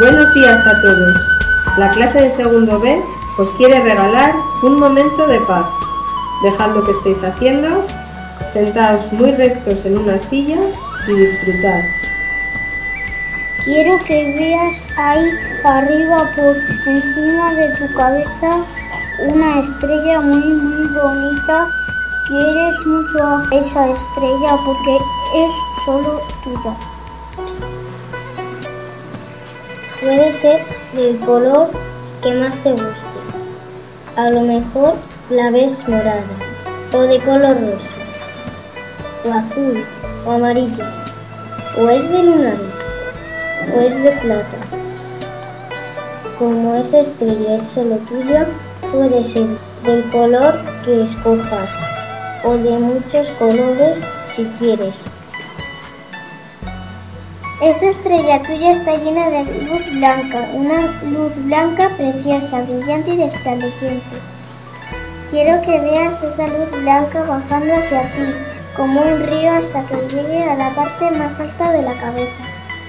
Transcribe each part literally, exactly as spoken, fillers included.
Buenos días a todos. La clase de segundo B os quiere regalar un momento de paz. Dejad lo que estéis haciendo, sentaos muy rectos en una silla y disfrutad. Quiero que veas ahí arriba por encima de tu cabeza una estrella muy muy bonita. Quieres mucho a esa estrella porque es solo tuya. Puede ser del color que más te guste. A lo mejor la ves morada, o de color rosa, o azul, o amarillo, o es de lunares, o es de plata. Como esa estrella es solo tuya, puede ser del color que escojas, o de muchos colores si quieres. Esa estrella tuya está llena de luz blanca, una luz blanca preciosa, brillante y resplandeciente. Quiero que veas esa luz blanca bajando hacia ti, como un río hasta que llegue a la parte más alta de la cabeza.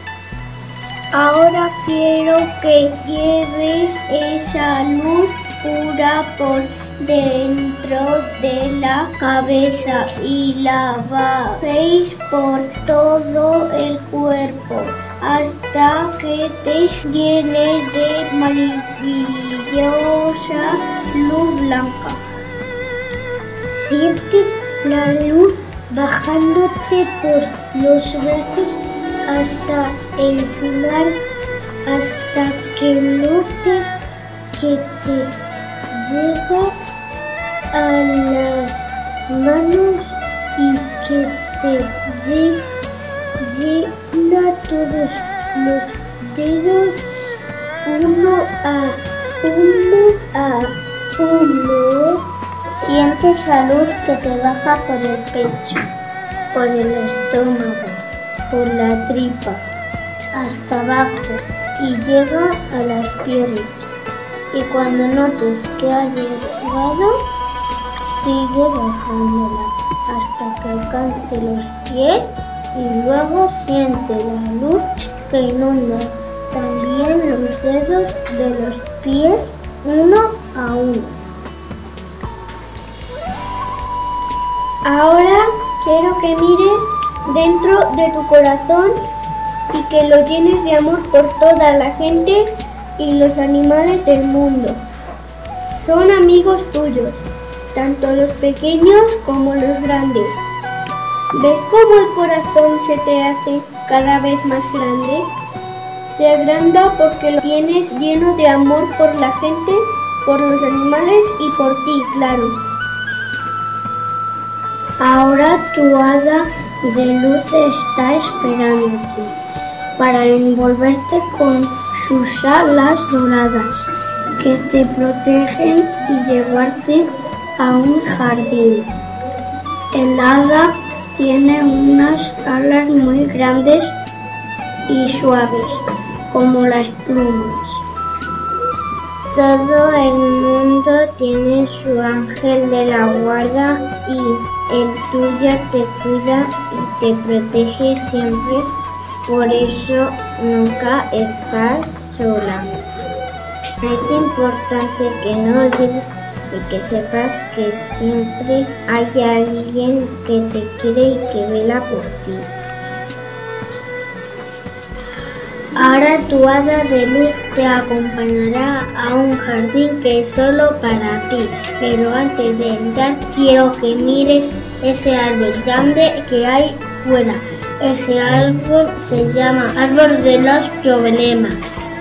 Ahora quiero que lleves esa luz pura por dentro de la cabeza y la bajéis por todo el cuerpo hasta que te llenes de maravillosa luz blanca. Sientes la luz bajándote por los brazos hasta el final, hasta que notes que te llega a las manos y que te llena todos los dedos uno a uno a uno. Sientes la luz que te baja por el pecho, por el estómago, por la tripa, hasta abajo y llega a las piernas. Y cuando notes que ha llegado, sigue bajándola hasta que alcance los pies y luego siente la luz que inunda también los dedos de los pies uno a uno. Ahora quiero que mires dentro de tu corazón y que lo llenes de amor por toda la gente y los animales del mundo. Son amigos tuyos, tanto los pequeños como los grandes. ¿Ves cómo el corazón se te hace cada vez más grande? Se agranda porque lo tienes lleno de amor por la gente, por los animales y por ti, claro. Ahora tu hada de luz está esperándote para envolverte con sus alas doradas que te protegen y llevarte a un jardín. El hada tiene unas alas muy grandes y suaves como las plumas. Todo el mundo tiene su ángel de la guarda y el tuyo te cuida y te protege siempre. Por eso nunca estás sola. Es importante que no olvides y que sepas que siempre hay alguien que te quiere y que vela por ti. Ahora tu hada de luz te acompañará a un jardín que es solo para ti. Pero antes de entrar quiero que mires ese árbol grande que hay fuera. Ese árbol se llama árbol de los problemas.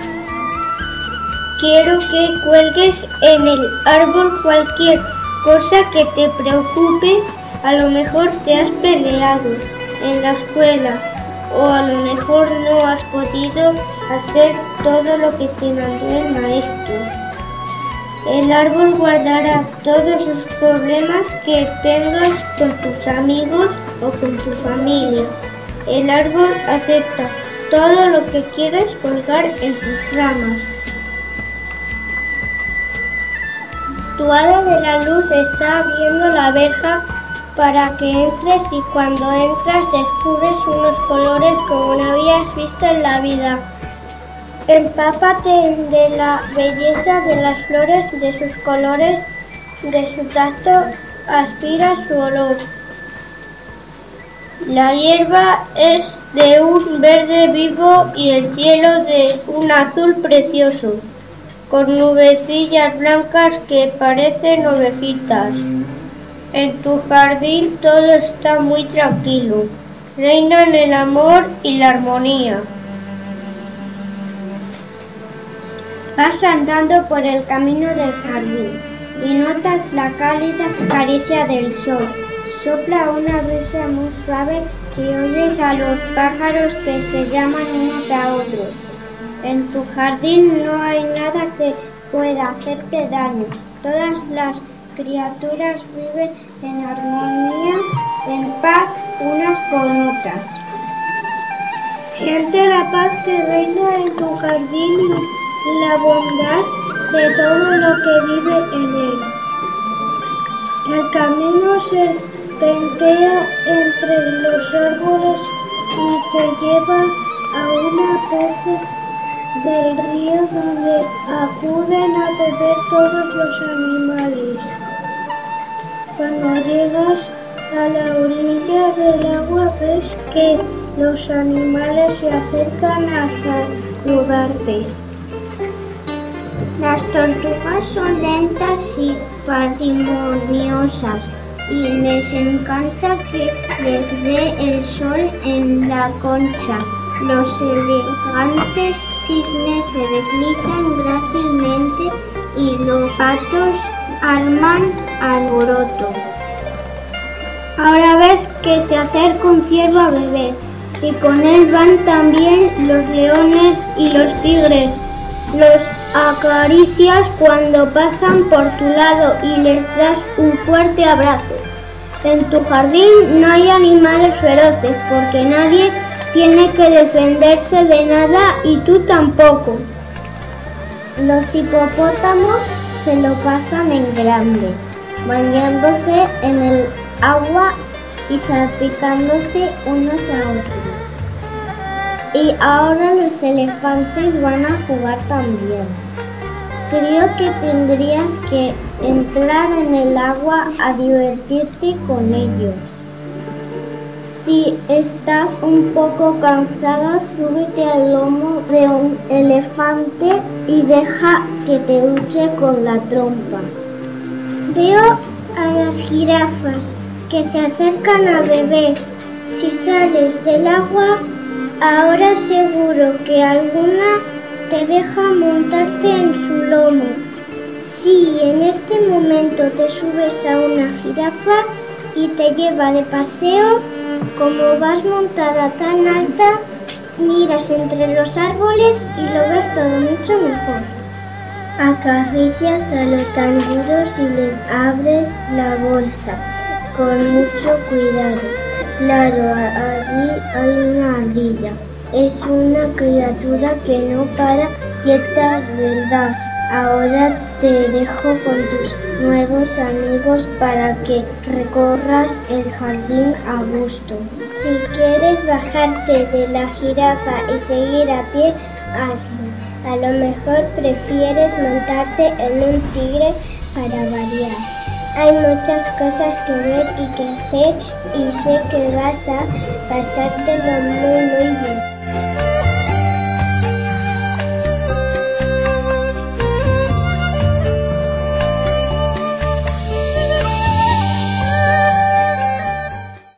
Quiero que cuelgues en el árbol cualquier cosa que te preocupe. A lo mejor te has peleado en la escuela o a lo mejor no has podido hacer todo lo que te mandó el maestro. El árbol guardará todos los problemas que tengas con tus amigos o con tu familia. El árbol acepta todo lo que quieras colgar en sus ramas. Tu hada de la luz está abriendo la verja para que entres y cuando entras descubres unos colores como no habías visto en la vida. Empápate de la belleza de las flores, de sus colores, de su tacto, aspira su olor. La hierba es de un verde vivo y el cielo de un azul precioso, con nubecillas blancas que parecen ovejitas. En tu jardín todo está muy tranquilo, reinan el amor y la armonía. Vas andando por el camino del jardín y notas la cálida caricia del sol. Sopla una brisa muy suave y oyes a los pájaros que se llaman unos a otros. En tu jardín no hay nada que pueda hacerte daño. Todas las criaturas viven en armonía, en paz unas con otras. Siente la paz que reina en tu jardín y la bondad de todo lo que vive en él. El camino se pentea entre los árboles y te lleva a una parte del río donde acuden a beber todos los animales. Cuando llegas a la orilla del agua ves que los animales se acercan a saludarte. Las tortugas son lentas y parsimoniosas y les encanta que les dé el sol en la concha. Los elegantes cisnes se deslizan grácilmente y los patos arman alboroto. Ahora ves que se acerca un ciervo a beber y con él van también los leones y los tigres. Los acaricias cuando pasan por tu lado y les das un fuerte abrazo. En tu jardín no hay animales feroces porque nadie tiene que defenderse de nada y tú tampoco. Los hipopótamos se lo pasan en grande, bañándose en el agua y salpicándose unos a otros. Y ahora los elefantes van a jugar también. Creo que tendrías que entrar en el agua a divertirte con ellos. Si estás un poco cansada, súbete al lomo de un elefante y deja que te duche con la trompa. Veo a las jirafas que se acercan a beber. Si sales del agua, ahora seguro que alguna te deja montarte en su lomo. Si en este momento te subes a una jirafa y te lleva de paseo, como vas montada tan alta, miras entre los árboles y lo ves todo mucho mejor. Acaricias a los canguros y les abres la bolsa con mucho cuidado. Claro, allí hay una ardilla. Es una criatura que no para quieta, ¿verdad? Ahora te dejo con tus nuevos amigos para que recorras el jardín a gusto. Si quieres bajarte de la jirafa y seguir a pie, hazlo. A lo mejor prefieres montarte en un tigre para variar. Hay muchas cosas que ver y que hacer y sé que vas a pasártelo muy muy bien.